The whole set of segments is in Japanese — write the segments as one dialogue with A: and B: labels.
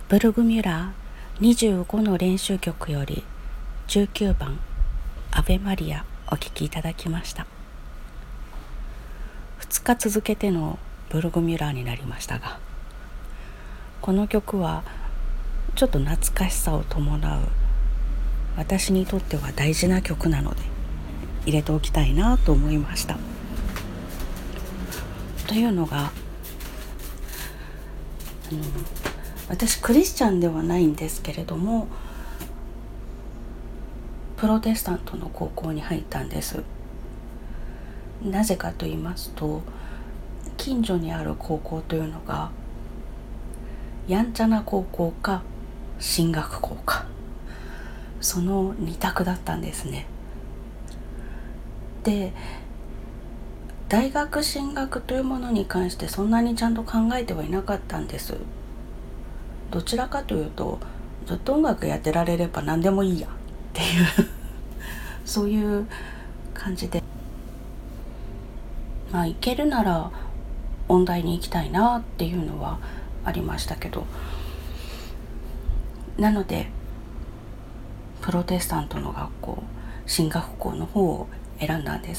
A: ブルグミュラー25の練習曲より19番アベマリアお聴きいただきました。2日続けてのブルグミュラーになりましたが、この曲はちょっと懐かしさを伴う私にとっては大事な曲なので入れておきたいなと思いました。というのが私クリスチャンではないんですけれども、プロテスタントの高校に入ったんです。なぜかと言いますと、近所にある高校というのがやんちゃな高校か進学校か、その2択だったんですね。で、大学進学というものに関してそんなにちゃんと考えてはいなかったんです。どちらかというと、ずっと音楽やってられれば何でもいいやっていうそういう感じで、行けるなら音大に行きたいなっていうのはありましたけど、なのでプロテスタントの学校、進学校の方を選んだんです。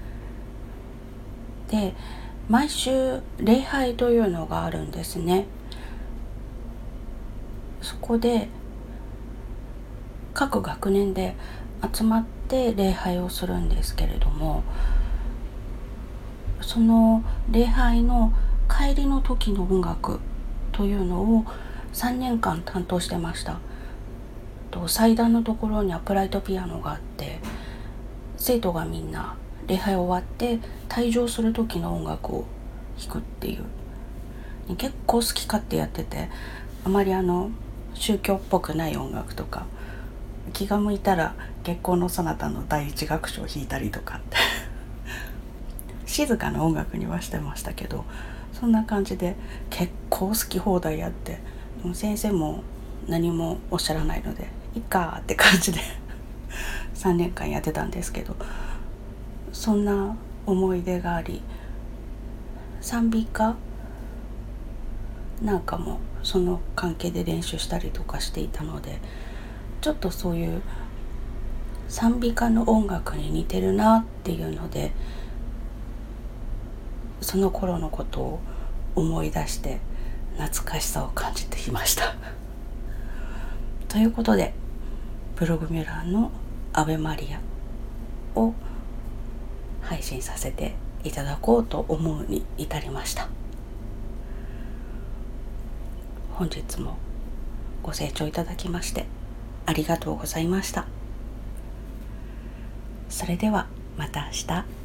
A: で、毎週礼拝というのがあるんですね。そこで各学年で集まって礼拝をするんですけれども、その礼拝の帰りの時の音楽というのを3年間担当してました。祭壇のところにアップライトピアノがあって、生徒がみんな礼拝終わって退場する時の音楽を弾くっていう、結構好き勝手やってて、あまり宗教っぽくない音楽とか、気が向いたら月光のそなたの第一楽章を弾いたりとか静かな音楽にはしてましたけど、そんな感じで結構好き放題やって、先生も何もおっしゃらないのでいっかって感じで3年間やってたんですけど、そんな思い出があり、賛美歌なんかもその関係で練習したりとかしていたので、ちょっとそういう賛美歌の音楽に似てるなっていうので、その頃のことを思い出して懐かしさを感じていましたということで、ブルグミュラーのアベマリアを配信させていただこうと思うに至りました。本日もご清聴いただきましてありがとうございました。それではまた明日。